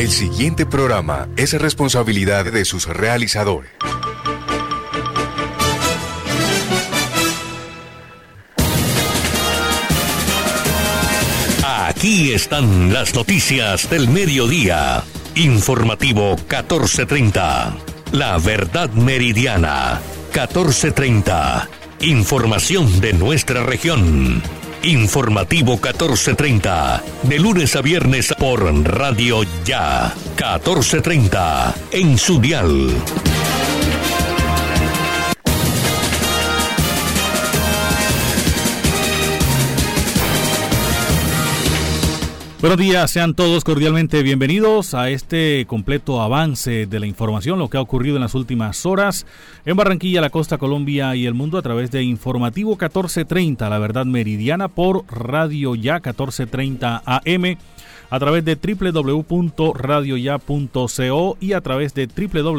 El siguiente programa es responsabilidad de sus realizadores. Aquí están las noticias del mediodía. Informativo 1430. La verdad meridiana. 1430. Información de nuestra región. Informativo 1430. De lunes a viernes por Radio Ya. 1430. En su dial. Buenos días, sean todos cordialmente bienvenidos a este completo avance de la información, lo que ha ocurrido en las últimas horas en Barranquilla, la costa, Colombia y el mundo a través de Informativo 1430, la verdad meridiana por Radio Ya 1430 AM, a través de www.radioya.co y a través de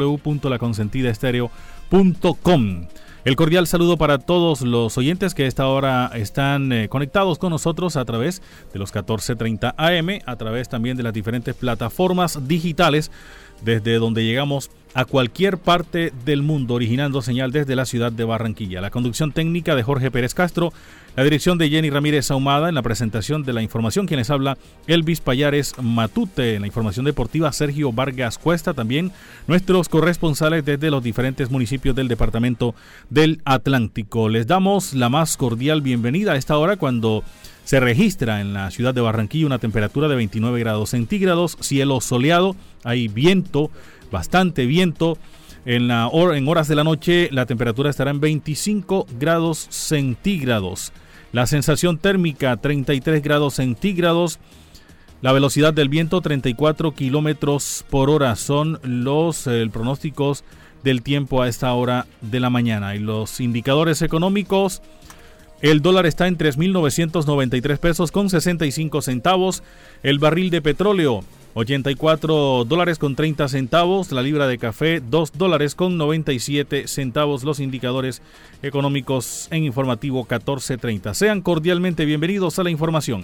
www.laconsentidaestereo.com. El cordial saludo para todos los oyentes que a esta hora están conectados con nosotros a través de los 1430 AM, a través también de las diferentes plataformas digitales, desde donde llegamos a cualquier parte del mundo, originando señal desde la ciudad de Barranquilla. La conducción técnica de Jorge Pérez Castro, la dirección de Jenny Ramírez Ahumada, en la presentación de la información, quienes habla Elvis Payares Matute, en la información deportiva Sergio Vargas Cuesta, también nuestros corresponsales desde los diferentes municipios del departamento del Atlántico. Les damos la más cordial bienvenida a esta hora cuando se registra en la ciudad de Barranquilla una temperatura de 29 grados centígrados, cielo soleado, hay viento, bastante viento. En horas de la noche la temperatura estará en 25 grados centígrados. La sensación térmica 33 grados centígrados. La velocidad del viento 34 kilómetros por hora. Son los pronósticos del tiempo a esta hora de la mañana. Y los indicadores económicos: el dólar está en 3.993 pesos con 65 centavos. El barril de petróleo, $84 con 30 centavos. La libra de café, $2 con 97 centavos. Los indicadores económicos en Informativo 1430. Sean cordialmente bienvenidos a la información.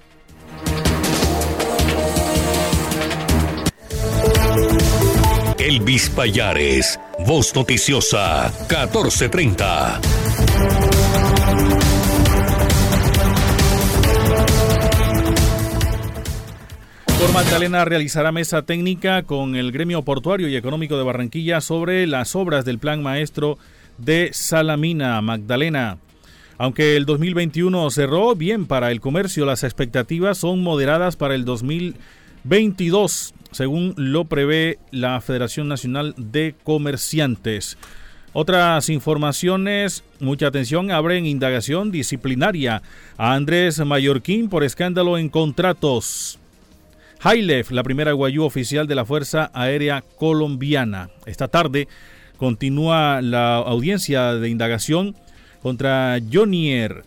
Elvis Payares, voz noticiosa 1430. Por Magdalena realizará mesa técnica con el Gremio Portuario y Económico de Barranquilla sobre las obras del Plan Maestro de Salamina. Magdalena. Aunque el 2021 cerró bien para el comercio, las expectativas son moderadas para el 2022, según lo prevé la Federación Nacional de Comerciantes. Otras informaciones, mucha atención, abren indagación disciplinaria a Andrés Mallorquín por escándalo en contratos. Hailef, la primera guayú oficial de la Fuerza Aérea Colombiana. Esta tarde continúa la audiencia de indagación contra Jonier,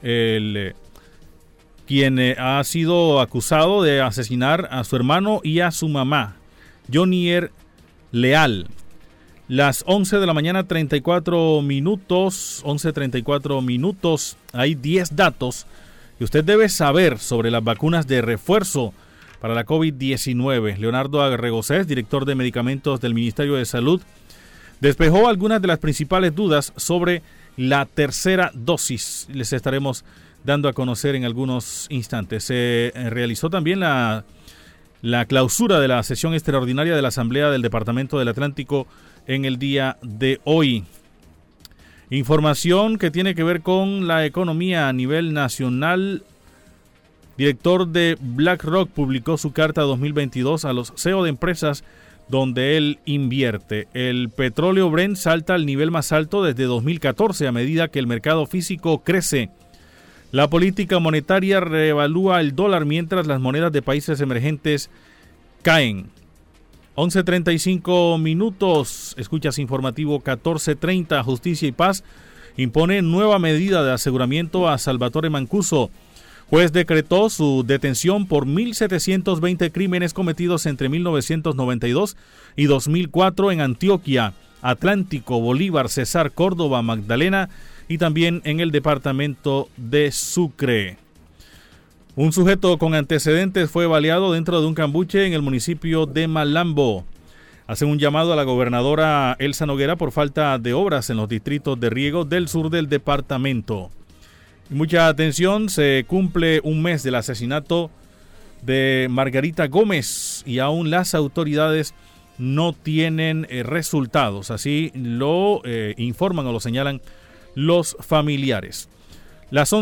quien ha sido acusado de asesinar a su hermano y a su mamá, Jonier Leal. Las 11 de la mañana, 34 minutos, 11:34 minutos. Hay 10 datos que usted debe saber sobre las vacunas de refuerzo para la COVID-19. Leonardo Arregocés, director de medicamentos del Ministerio de Salud, despejó algunas de las principales dudas sobre la tercera dosis. Les estaremos dando a conocer en algunos instantes. Se realizó también la clausura de la sesión extraordinaria de la Asamblea del Departamento del Atlántico en el día de hoy. Información que tiene que ver con la economía a nivel nacional. Director de BlackRock publicó su carta 2022 a los CEO de empresas donde él invierte. El petróleo Brent salta al nivel más alto desde 2014 a medida que el mercado físico crece. La política monetaria reevalúa el dólar mientras las monedas de países emergentes caen. 11:35 minutos. Escuchas Informativo 1430. Justicia y Paz impone nueva medida de aseguramiento a Salvatore Mancuso. Juez decretó su detención por 1.720 crímenes cometidos entre 1992 y 2004 en Antioquia, Atlántico, Bolívar, Cesar, Córdoba, Magdalena y también en el departamento de Sucre. Un sujeto con antecedentes fue baleado dentro de un cambuche en el municipio de Malambo. Hacen un llamado a la gobernadora Elsa Noguera por falta de obras en los distritos de riego del sur del departamento. Y mucha atención, se cumple un mes del asesinato de Margarita Gómez y aún las autoridades no tienen resultados. Así lo informan o lo señalan los familiares. Las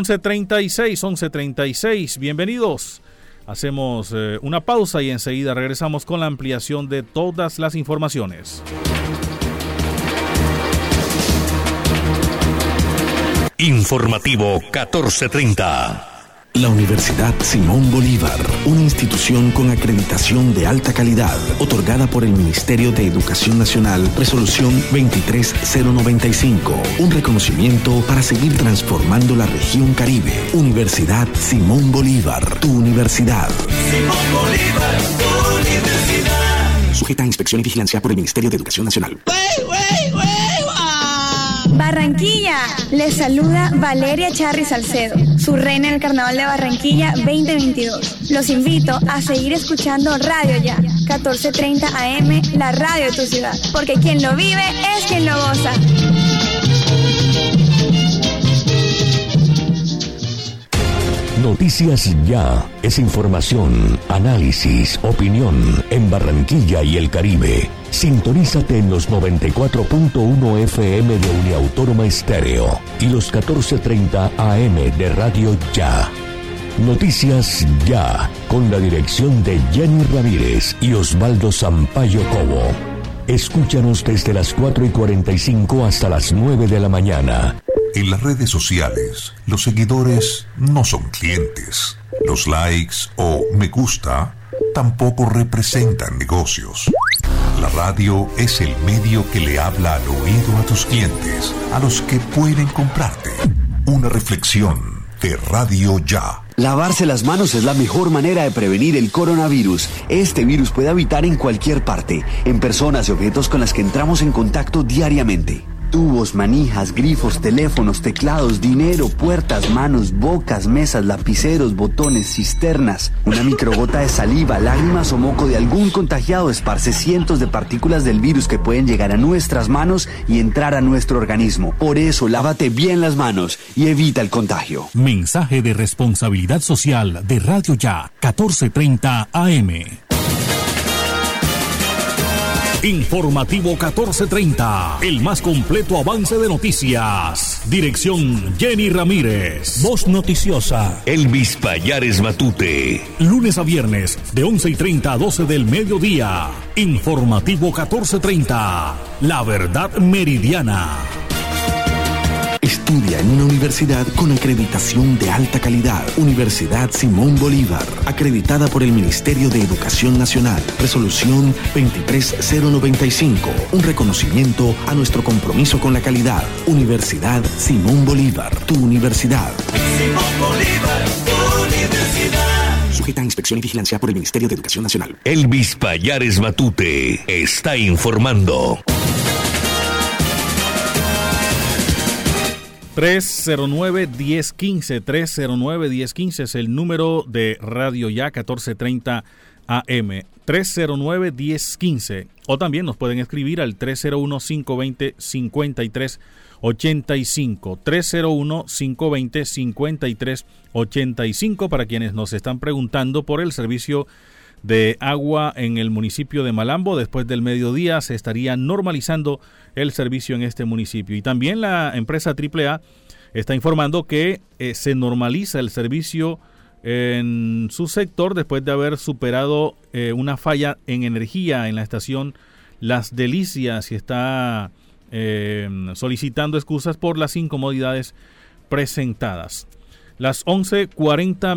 11:36, bienvenidos. Hacemos una pausa y enseguida regresamos con la ampliación de todas las informaciones. Informativo 1430. La Universidad Simón Bolívar, una institución con acreditación de alta calidad, otorgada por el Ministerio de Educación Nacional, resolución 23095, un reconocimiento para seguir transformando la región Caribe. Universidad Simón Bolívar, tu universidad. Simón Bolívar, tu universidad. Sujeta a inspección y vigilancia por el Ministerio de Educación Nacional. Barranquilla, les saluda Valeria Charri Salcedo, su reina del Carnaval de Barranquilla 2022. Los invito a seguir escuchando Radio Ya, 14:30 AM, la radio de tu ciudad, porque quien lo vive es quien lo goza. Noticias Ya es información, análisis, opinión en Barranquilla y el Caribe. Sintonízate en los 94.1 FM de Uniautónoma Estéreo y los 14:30 AM de Radio Ya. Noticias Ya, con la dirección de Jenny Ramírez y Osvaldo Sampaio Cobo. Escúchanos desde las 4:45 hasta las 9 de la mañana. En las redes sociales, los seguidores no son clientes. Los likes o me gusta tampoco representan negocios. La radio es el medio que le habla al oído a tus clientes, a los que pueden comprarte. Una reflexión de Radio Ya. Lavarse las manos es la mejor manera de prevenir el coronavirus. Este virus puede habitar en cualquier parte, en personas y objetos con las que entramos en contacto diariamente. Tubos, manijas, grifos, teléfonos, teclados, dinero, puertas, manos, bocas, mesas, lapiceros, botones, cisternas. Una microgota de saliva, lágrimas o moco de algún contagiado esparce cientos de partículas del virus que pueden llegar a nuestras manos y entrar a nuestro organismo. Por eso, lávate bien las manos y evita el contagio. Mensaje de responsabilidad social de Radio Ya, 14:30 AM. Informativo 1430, el más completo avance de noticias. Dirección Jenny Ramírez. Voz noticiosa Elvis Payares Matute. Lunes a viernes de 11:30 a 12 del mediodía. Informativo 1430, la verdad meridiana. Estudia en una universidad con acreditación de alta calidad. Universidad Simón Bolívar, acreditada por el Ministerio de Educación Nacional. Resolución 23095, un reconocimiento a nuestro compromiso con la calidad. Universidad Simón Bolívar, tu universidad. Simón Bolívar, tu universidad. Sujeta a inspección y vigilancia por el Ministerio de Educación Nacional. Elvis Payares Matute está informando. 309-1015, 309-1015 es el número de Radio Ya, 14:30 AM, 309-1015, o también nos pueden escribir al 301-520-5385, 301-520-5385 para quienes nos están preguntando por el servicio de agua en el municipio de Malambo. Después del mediodía se estaría normalizando el servicio en este municipio. Y también la empresa AAA está informando que se normaliza el servicio en su sector después de haber superado una falla en energía en la estación Las Delicias y está solicitando excusas por las incomodidades presentadas. Las 11:40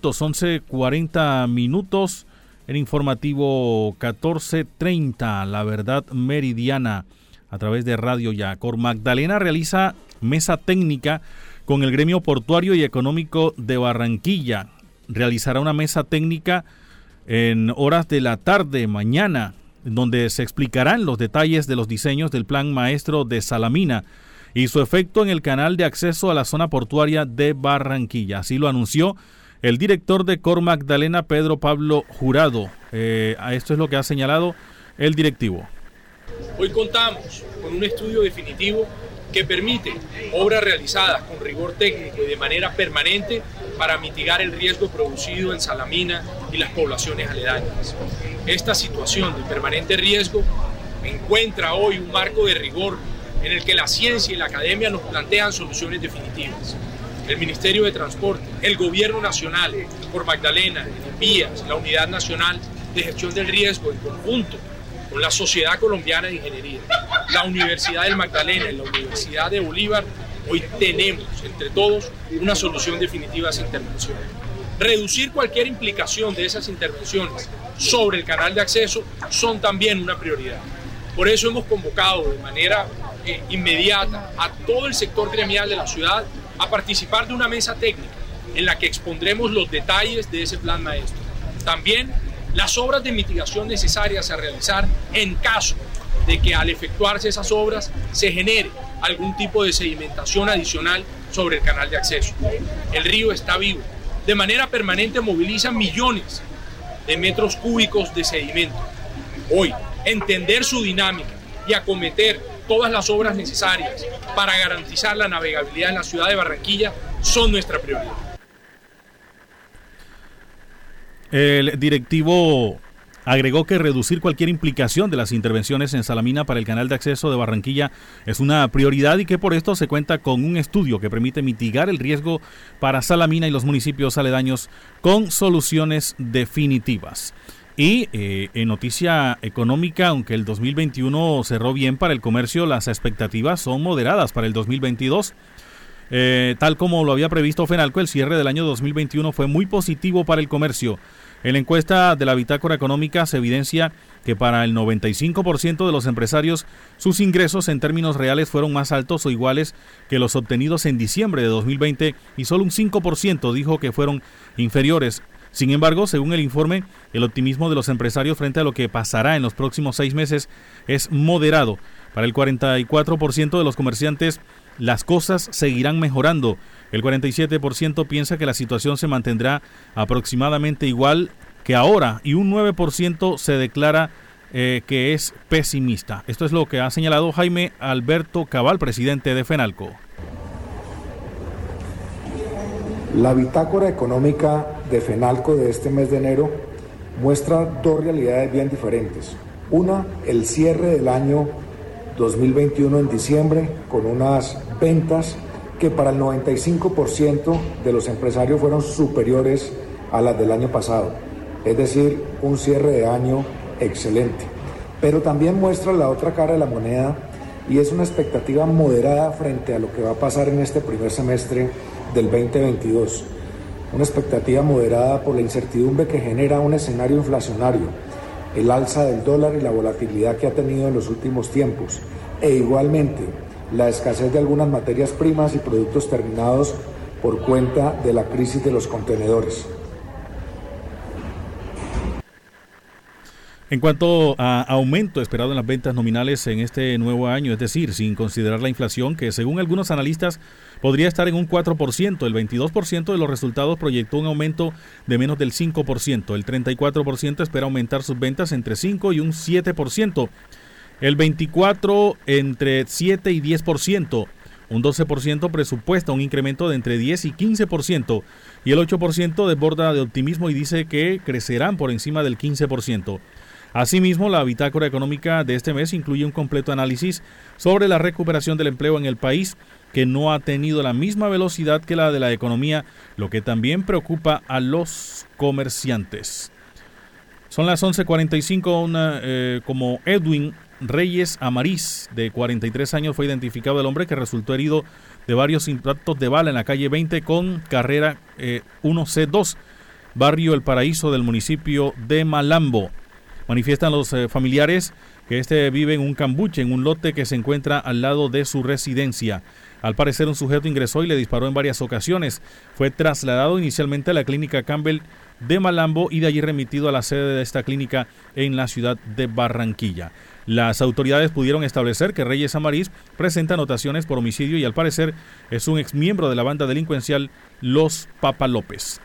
minutos, en informativo 14:30, la verdad meridiana a través de Radio Ya. Cor Magdalena realiza mesa técnica con el gremio portuario y económico de Barranquilla. Realizará una mesa técnica en horas de la tarde mañana, donde se explicarán los detalles de los diseños del plan maestro de Salamina y su efecto en el canal de acceso a la zona portuaria de Barranquilla. Así lo anunció el director de Cor Magdalena, Pedro Pablo Jurado. Esto es lo que ha señalado el directivo. Hoy contamos con un estudio definitivo que permite obras realizadas con rigor técnico y de manera permanente para mitigar el riesgo producido en Salamina y las poblaciones aledañas. Esta situación de permanente riesgo encuentra hoy un marco de rigor en el que la ciencia y la academia nos plantean soluciones definitivas. El Ministerio de Transporte, el Gobierno Nacional, Cor Magdalena, Vías, la Unidad Nacional de Gestión del Riesgo en conjunto con la Sociedad Colombiana de Ingeniería, la Universidad del Magdalena y la Universidad de Bolívar, hoy tenemos entre todos una solución definitiva a esa intervención. Reducir cualquier implicación de esas intervenciones sobre el canal de acceso son también una prioridad. Por eso hemos convocado de manera inmediata a todo el sector gremial de la ciudad a participar de una mesa técnica en la que expondremos los detalles de ese plan maestro. También las obras de mitigación necesarias a realizar en caso de que al efectuarse esas obras se genere algún tipo de sedimentación adicional sobre el canal de acceso. El río está vivo. De manera permanente moviliza millones de metros cúbicos de sedimento. Hoy, entender su dinámica y acometer todas las obras necesarias para garantizar la navegabilidad en la ciudad de Barranquilla son nuestra prioridad. El directivo agregó que reducir cualquier implicación de las intervenciones en Salamina para el canal de acceso de Barranquilla es una prioridad y que por esto se cuenta con un estudio que permite mitigar el riesgo para Salamina y los municipios aledaños con soluciones definitivas. Y en noticia económica, aunque el 2021 cerró bien para el comercio, las expectativas son moderadas para el 2022. Tal como lo había previsto Fenalco, el cierre del año 2021 fue muy positivo para el comercio. En la encuesta de la Bitácora Económica se evidencia que para el 95% de los empresarios sus ingresos en términos reales fueron más altos o iguales que los obtenidos en diciembre de 2020 y solo un 5% dijo que fueron inferiores. Sin embargo, según el informe, el optimismo de los empresarios frente a lo que pasará en los próximos 6 meses es moderado. Para el 44% de los comerciantes, las cosas seguirán mejorando. El 47% piensa que la situación se mantendrá aproximadamente igual que ahora y un 9% se declara que es pesimista. Esto es lo que ha señalado Jaime Alberto Cabal, presidente de Fenalco. La bitácora económica de Fenalco de este mes de enero muestra dos realidades bien diferentes. Una, el cierre del año 2021 en diciembre con unas ventas que para el 95% de los empresarios fueron superiores a las del año pasado, es decir, un cierre de año excelente. Pero también muestra la otra cara de la moneda y es una expectativa moderada frente a lo que va a pasar en este primer semestre del 2022. Una expectativa moderada por la incertidumbre que genera un escenario inflacionario, el alza del dólar y la volatilidad que ha tenido en los últimos tiempos, e igualmente la escasez de algunas materias primas y productos terminados por cuenta de la crisis de los contenedores. En cuanto a aumento esperado en las ventas nominales en este nuevo año, es decir, sin considerar la inflación, que según algunos analistas podría estar en un 4%, el 22% de los resultados proyectó un aumento de menos del 5%, el 34% espera aumentar sus ventas entre 5 y un 7%, el 24% entre 7 y 10%, un 12% presupuesta un incremento de entre 10 y 15%, y el 8% desborda de optimismo y dice que crecerán por encima del 15%. Asimismo, la bitácora económica de este mes incluye un completo análisis sobre la recuperación del empleo en el país, que no ha tenido la misma velocidad que la de la economía, lo que también preocupa a los comerciantes. Son las 11:45, como Edwin Reyes Amariz, de 43 años, fue identificado el hombre que resultó herido de varios impactos de bala en la calle 20 con carrera 1C2, barrio El Paraíso del municipio de Malambo. Manifiestan los familiares que vive en un cambuche, en un lote que se encuentra al lado de su residencia. Al parecer, un sujeto ingresó y le disparó en varias ocasiones. Fue trasladado inicialmente a la clínica Campbell de Malambo y de allí remitido a la sede de esta clínica en la ciudad de Barranquilla. Las autoridades pudieron establecer que Reyes Amariz presenta anotaciones por homicidio y al parecer es un exmiembro de la banda delincuencial Los Papalópez.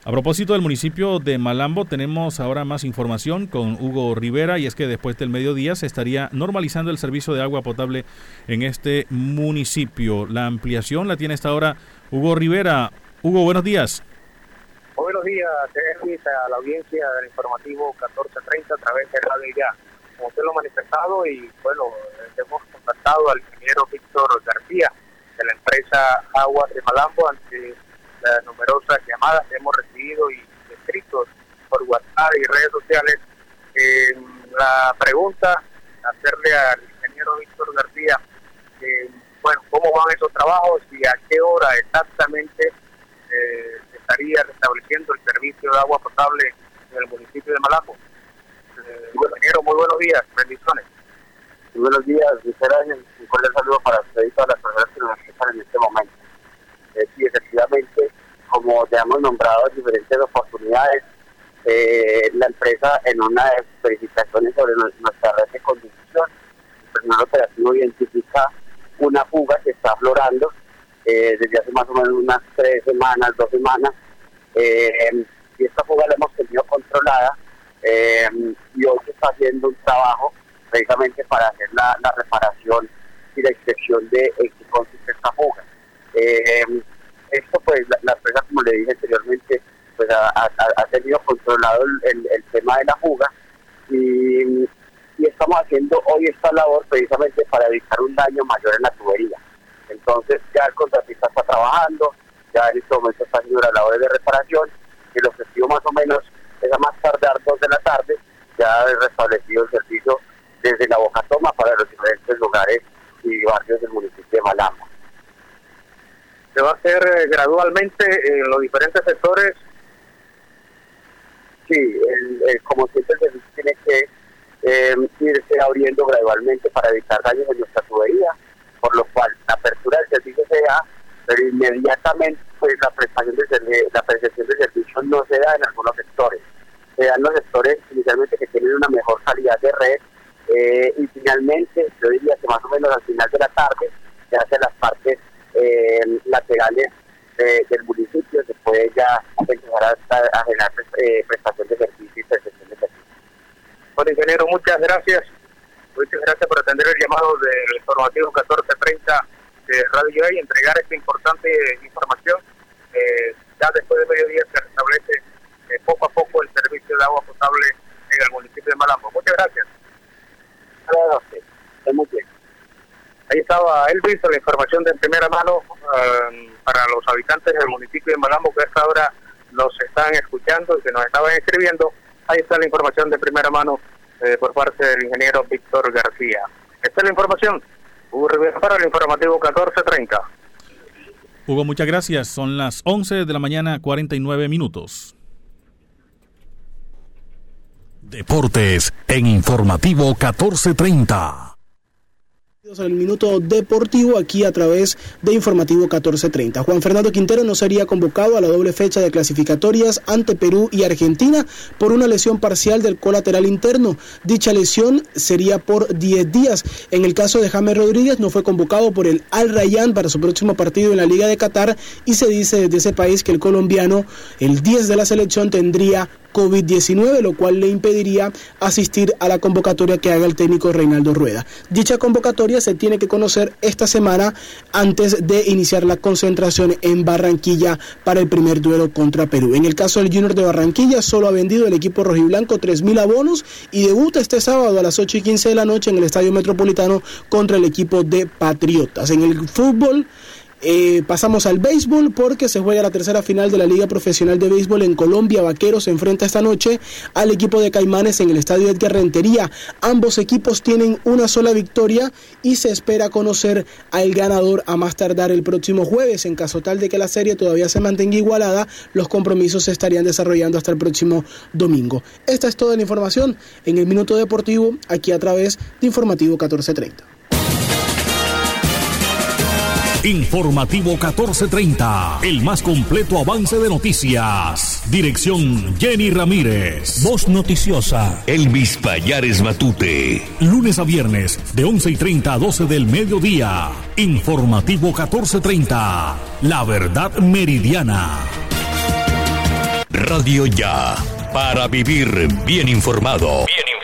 A propósito del municipio de Malambo, tenemos ahora más información con Hugo Rivera, y es que después del mediodía se estaría normalizando el servicio de agua potable en este municipio. La ampliación la tiene hasta ahora Hugo Rivera. Hugo, buenos días. Muy buenos días, a la audiencia del informativo 1430 a través de Radio Ya. Como usted lo ha manifestado, y bueno, hemos contactado al ingeniero Víctor García de la empresa Aguas de Malambo ante las numerosas llamadas que hemos recibido y escritos por WhatsApp y redes sociales. La pregunta, hacerle al ingeniero Víctor García, bueno, cómo van esos trabajos y a qué hora exactamente se estaría restableciendo el servicio de agua potable en el municipio de Malambo. Ingeniero, muy buenos días, bendiciones. Muy buenos días, muchas gracias. Un cordial saludo para usted y todas las personas que nos escuchan en este momento. Sí, efectivamente, como ya hemos nombrado en diferentes oportunidades, la empresa, en una de sus verificaciones sobre nuestra red de conducción, el personal operativo identifica una fuga que está aflorando desde hace más o menos unas 3 semanas, 2 semanas, y esta fuga la hemos tenido controlada, y hoy se está haciendo un trabajo precisamente para hacer la reparación y la inspección de en qué consiste esta fuga. Esto pues la empresa, como le dije anteriormente, pues ha tenido controlado el tema de la fuga, y estamos haciendo hoy esta labor precisamente para evitar un daño mayor en la tubería. Entonces ya el contratista está trabajando, ya en este momento está haciendo las labores de reparación, y el objetivo más o menos es a más tardar 2 de la tarde ya haber restablecido el servicio desde la Boca Toma para los diferentes lugares y barrios del municipio de Malambo. ¿Se va a hacer gradualmente en los diferentes sectores? Sí, como siempre el servicio tiene que irse abriendo gradualmente para evitar daños en nuestra tubería, por lo cual la apertura del servicio se da, pero inmediatamente pues la prestación del servicio no se da en algunos sectores. Se dan los sectores inicialmente que tienen una mejor calidad de red, y finalmente, yo diría que más o menos al final de la tarde, se hacen las partes laterales del municipio, se puede ya empezar a generar prestación de servicio y percepción de servicio. Bueno, ingeniero, muchas gracias. Muchas gracias por atender el llamado del informativo 1430 de Radio Ya y entregar esta importante información. Ya después de mediodía se restablece poco a poco el servicio de agua potable en el municipio de Malambo. Muchas gracias. Muy bien. Ahí estaba Elvis, la información de primera mano para los habitantes del municipio de Malambo que a esta hora nos están escuchando y que nos estaban escribiendo. Ahí está la información de primera mano por parte del ingeniero Víctor García. Esta es la información. Hugo Rivera para el informativo 1430. Hugo, muchas gracias. Son las 11 de la mañana, 49 minutos. Deportes en informativo 1430. El minuto deportivo aquí a través de Informativo 1430. Juan Fernando Quintero no sería convocado a la doble fecha de clasificatorias ante Perú y Argentina por una lesión parcial del colateral interno. Dicha lesión sería por 10 días. En el caso de James Rodríguez, no fue convocado por el Al Rayyan para su próximo partido en la Liga de Qatar, y se dice desde ese país que el colombiano, el 10 de la selección, tendría COVID-19, lo cual le impediría asistir a la convocatoria que haga el técnico Reinaldo Rueda. Dicha convocatoria se tiene que conocer esta semana antes de iniciar la concentración en Barranquilla para el primer duelo contra Perú. En el caso del Junior de Barranquilla, solo ha vendido el equipo rojiblanco 3.000 abonos y debuta este sábado a las 8:15 de la noche en el Estadio Metropolitano contra el equipo de Patriotas. En el fútbol, pasamos al béisbol porque se juega la tercera final de la Liga Profesional de Béisbol en Colombia. Vaqueros se enfrenta esta noche al equipo de Caimanes en el Estadio Edgar Rentería. Ambos equipos tienen una sola victoria y se espera conocer al ganador a más tardar el próximo jueves. En caso tal de que la serie todavía se mantenga igualada, los compromisos se estarían desarrollando hasta el próximo domingo. Esta es toda la información en el Minuto Deportivo, aquí a través de Informativo 1430. Informativo 1430, el más completo avance de noticias. Dirección Jenny Ramírez. Voz noticiosa Elvis Payares Matute. Lunes a viernes de 11:30 a 12 del mediodía. Informativo 1430, la verdad meridiana. Radio Ya, para vivir bien informado.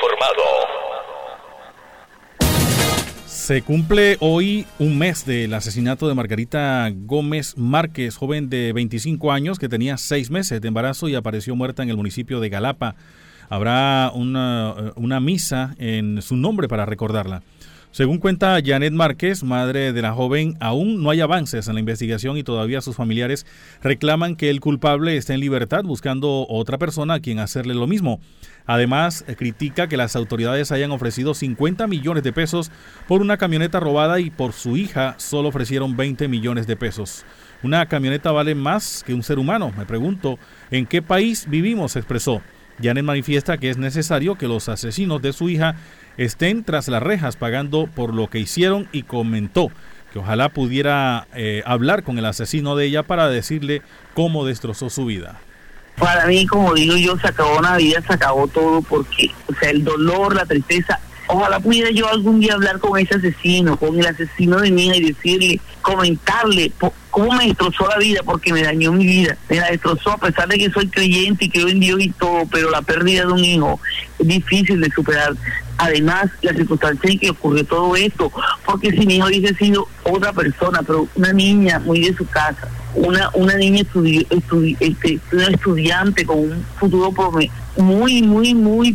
Se cumple hoy un mes del asesinato de Margarita Gómez Márquez, joven de 25 años que tenía 6 meses de embarazo y apareció muerta en el municipio de Galapa. Habrá una misa en su nombre para recordarla. Según cuenta Janet Márquez, madre de la joven, aún no hay avances en la investigación y todavía sus familiares reclaman que el culpable esté en libertad buscando otra persona a quien hacerle lo mismo. Además, critica que las autoridades hayan ofrecido 50 millones de pesos por una camioneta robada y por su hija solo ofrecieron 20 millones de pesos. Una camioneta vale más que un ser humano. Me pregunto, ¿en qué país vivimos?, expresó. Janet manifiesta que es necesario que los asesinos de su hija estén tras las rejas pagando por lo que hicieron y comentó que ojalá pudiera hablar con el asesino de ella para decirle cómo destrozó su vida. Para mí, como digo yo, se acabó una vida, se acabó todo, porque, o sea, el dolor, la tristeza. Ojalá pudiera yo algún día hablar con ese asesino, con el asesino de mi hija y decirle, comentarle cómo me destrozó la vida, porque me dañó mi vida, me la destrozó a pesar de que soy creyente y creo en Dios y todo, pero la pérdida de un hijo es difícil de superar. Además, la circunstancia en que ocurrió todo esto, porque si mi hijo hubiese sido otra persona, pero una niña muy de su casa, una niña estudiante con un futuro muy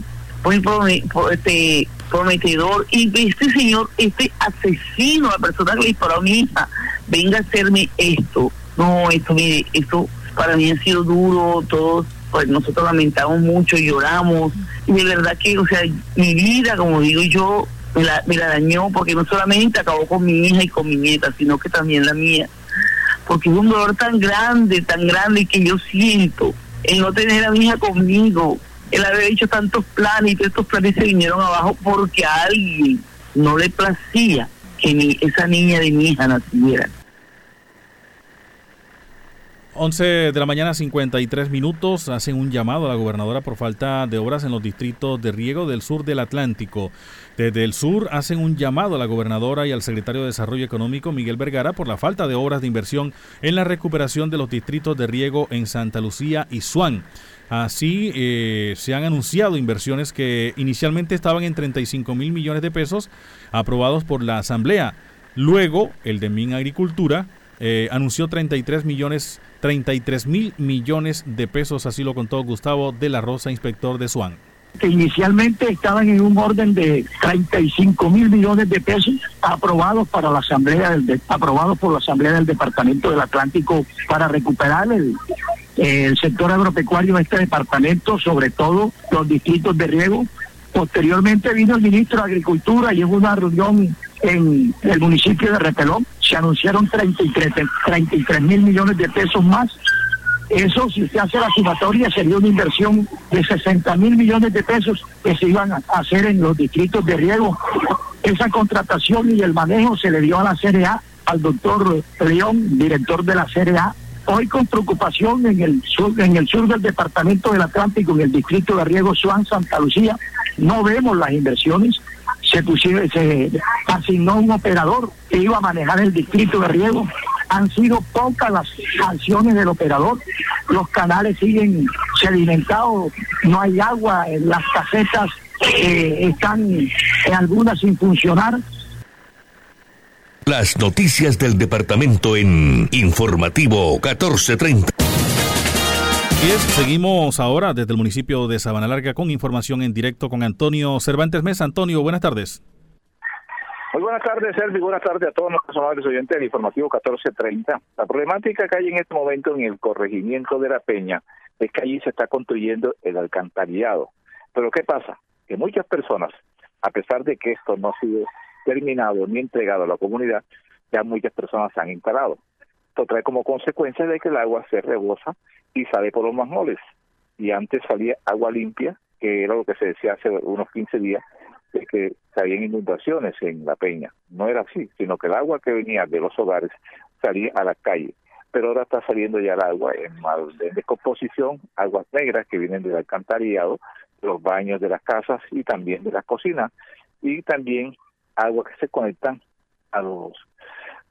prometedor, y este señor, este asesino, la persona que le disparó a mi hija, venga a hacerme esto. No, mire, esto para mí ha sido duro. Todos, pues nosotros lamentamos mucho, lloramos, y de verdad que, o sea, mi vida, como digo yo, me la dañó, porque no solamente acabó con mi hija y con mi nieta, sino que también la mía, porque es un dolor tan grande que yo siento, el no tener a mi hija conmigo, el haber hecho tantos planes, y todos estos planes se vinieron abajo porque a alguien no le placía que esa niña de mi hija naciera. 11 de la mañana, 53 minutos. Hacen un llamado a la gobernadora por falta de obras en los distritos de riego del sur del Atlántico. Desde el sur hacen un llamado a la gobernadora y al secretario de Desarrollo Económico, Miguel Vergara, por la falta de obras de inversión en la recuperación de los distritos de riego en Santa Lucía y Suán. Así se han anunciado inversiones que inicialmente estaban en 35 mil millones de pesos aprobados por la Asamblea. Luego, el de Minagricultura anunció 33 mil millones de pesos, así lo contó Gustavo de la Rosa, inspector de Suán. Que inicialmente estaban en un orden de 35 mil millones de pesos aprobados por la Asamblea del Departamento del Atlántico para recuperar el sector agropecuario de este departamento, sobre todo los distritos de riego. Posteriormente vino el ministro de Agricultura y hubo una reunión en el municipio de Repelón. Se anunciaron 33 mil millones de pesos más. Eso, si usted hace la sumatoria, sería una inversión de 60 mil millones de pesos que se iban a hacer en los distritos de riego. Esa contratación y el manejo se le dio a la CRA, al doctor León, director de la CRA. Hoy, con preocupación, en el sur del departamento del Atlántico, en el distrito de riego Suán, Santa Lucía, no vemos las inversiones. Se asignó un operador que iba a manejar el distrito de riego. Han sido pocas las acciones del operador. Los canales siguen sedimentados, no hay agua, las casetas están algunas sin funcionar. Las noticias del departamento en Informativo 1430. Seguimos ahora desde el municipio de Sabana Larga con información en directo con Antonio Cervantes Mesa. Antonio, buenas tardes. Muy buenas tardes, Sergio. Buenas tardes a todos nuestros amables oyentes del Informativo 1430. La problemática que hay en este momento en el corregimiento de La Peña es que allí se está construyendo el alcantarillado. Pero ¿qué pasa? Que muchas personas, a pesar de que esto no ha sido terminado ni entregado a la comunidad, ya muchas personas se han instalado. Esto trae como consecuencia de que el agua se rebosa y sale por los manholes. Y antes salía agua limpia, que era lo que se decía hace unos 15 días, de que habían inundaciones en La Peña. No era así, sino que el agua que venía de los hogares salía a la calle. Pero ahora está saliendo ya el agua en descomposición, aguas negras que vienen del alcantarillado, de los baños de las casas y también de las cocinas, y también agua que se conectan a los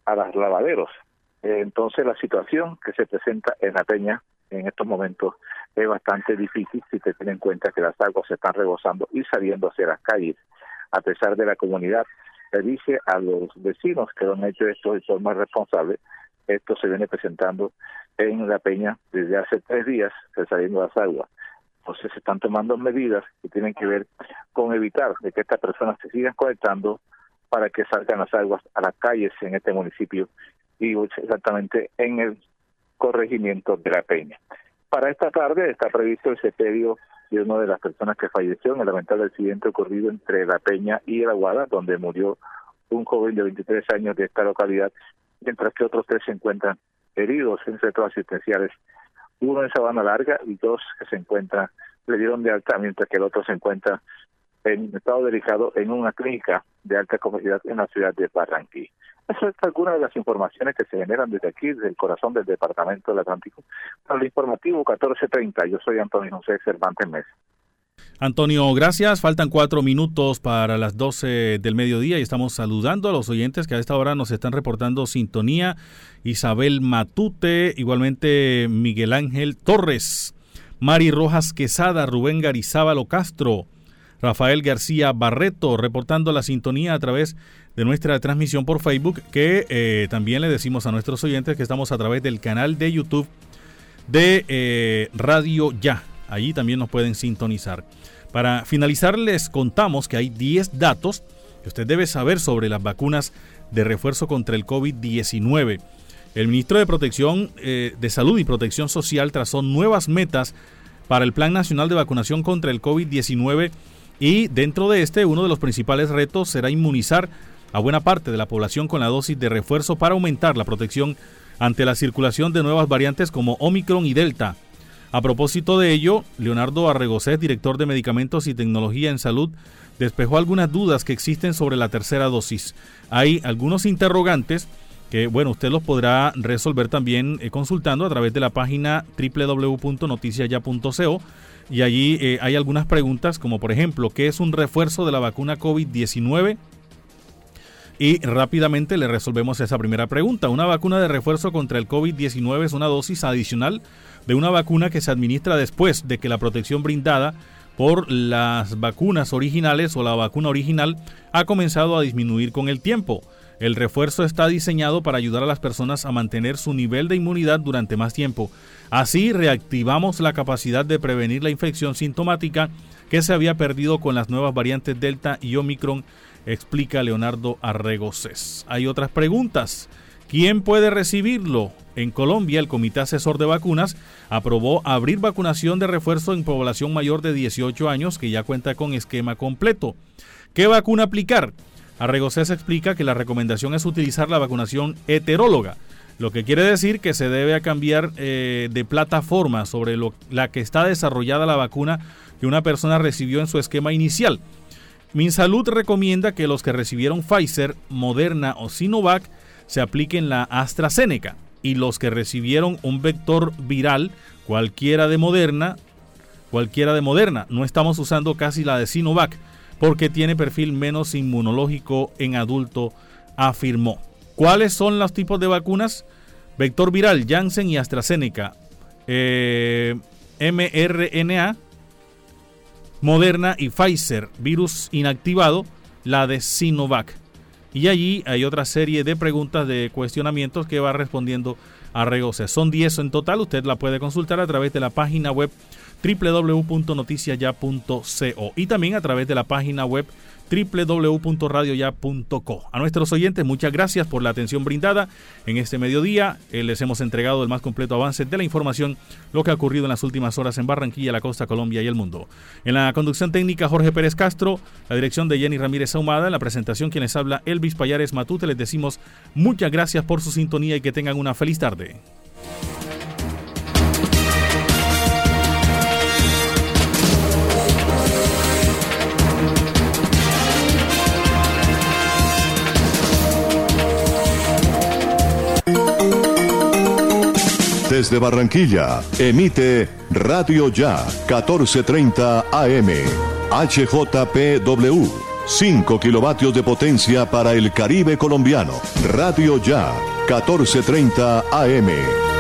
lavaderos. Entonces la situación que se presenta en La Peña en estos momentos es bastante difícil si se tiene en cuenta que las aguas se están rebosando y saliendo hacia las calles. A pesar de la comunidad le dice a los vecinos que lo han hecho esto de forma responsable, esto se viene presentando en La Peña desde hace 3 días, saliendo las aguas. Entonces se están tomando medidas que tienen que ver con evitar de que estas personas se sigan conectando para que salgan las aguas a las calles en este municipio y exactamente en el corregimiento de La Peña. Para esta tarde está previsto el sepelio de una de las personas que falleció en el lamentable accidente ocurrido entre La Peña y El Aguada, donde murió un joven de 23 años de esta localidad, mientras que otros 3 se encuentran heridos en centros asistenciales, uno en Sabana Larga y 2 que se encuentran, le dieron de alta, mientras que el otro se encuentra en estado delicado en una clínica de alta complejidad en la ciudad de Barranquilla. Esas son algunas de las informaciones que se generan desde aquí, desde el corazón del Departamento del Atlántico. Para el informativo 14:30, yo soy Antonio José Cervantes Mesa. Antonio, gracias. Faltan 4 minutos para las 12 del mediodía y estamos saludando a los oyentes que a esta hora nos están reportando sintonía. Isabel Matute, igualmente Miguel Ángel Torres, Mari Rojas Quesada, Rubén Garizábalo Castro, Rafael García Barreto, reportando la sintonía a través de nuestra transmisión por Facebook, que también le decimos a nuestros oyentes que estamos a través del canal de YouTube de Radio Ya. Allí también nos pueden sintonizar. Para finalizar, les contamos que hay 10 datos que usted debe saber sobre las vacunas de refuerzo contra el COVID-19. El ministro de Protección de Salud y Protección Social trazó nuevas metas para el Plan Nacional de Vacunación contra el COVID-19 y dentro de uno de los principales retos será inmunizar a buena parte de la población con la dosis de refuerzo para aumentar la protección ante la circulación de nuevas variantes como Omicron y Delta. A propósito de ello, Leonardo Arregocés, director de Medicamentos y Tecnología en Salud, despejó algunas dudas que existen sobre la tercera dosis. Hay algunos interrogantes que, usted los podrá resolver también consultando a través de la página www.noticiaya.co y allí hay algunas preguntas como, por ejemplo, ¿qué es un refuerzo de la vacuna COVID-19? Y rápidamente le resolvemos esa primera pregunta. Una vacuna de refuerzo contra el COVID-19 es una dosis adicional de una vacuna que se administra después de que la protección brindada por las vacunas originales o la vacuna original ha comenzado a disminuir con el tiempo. El refuerzo está diseñado para ayudar a las personas a mantener su nivel de inmunidad durante más tiempo. Así reactivamos la capacidad de prevenir la infección sintomática que se había perdido con las nuevas variantes Delta y Omicron, explica Leonardo Arregocés. Hay otras preguntas. ¿Quién puede recibirlo? En Colombia, el Comité Asesor de Vacunas aprobó abrir vacunación de refuerzo en población mayor de 18 años que ya cuenta con esquema completo. ¿Qué vacuna aplicar? Arregocés explica que la recomendación es utilizar la vacunación heteróloga, lo que quiere decir que se debe cambiar de plataforma sobre la que está desarrollada la vacuna que una persona recibió en su esquema inicial. Minsalud recomienda que los que recibieron Pfizer, Moderna o Sinovac se apliquen la AstraZeneca y los que recibieron un vector viral, cualquiera de Moderna. No estamos usando casi la de Sinovac porque tiene perfil menos inmunológico en adulto, afirmó. ¿Cuáles son los tipos de vacunas? Vector viral, Janssen y AstraZeneca, mRNA, Moderna y Pfizer, virus inactivado, la de Sinovac. Y allí hay otra serie de preguntas, de cuestionamientos que va respondiendo Arregocés. Son 10 en total, usted la puede consultar a través de la página web www.noticiaya.co y también a través de la página web www.radioya.co. A nuestros oyentes, muchas gracias por la atención brindada en este mediodía. Les hemos entregado el más completo avance de la información, lo que ha ocurrido en las últimas horas en Barranquilla, la costa, Colombia y el mundo. En la conducción técnica, Jorge Pérez Castro, la dirección de Jenny Ramírez Ahumada, en la presentación quien les habla, Elvis Payares Matute. Les decimos muchas gracias por su sintonía y que tengan una feliz tarde. Desde Barranquilla, emite Radio Ya, 1430 AM, HJPW, 5 kilovatios de potencia para el Caribe colombiano. Radio Ya, 1430 AM.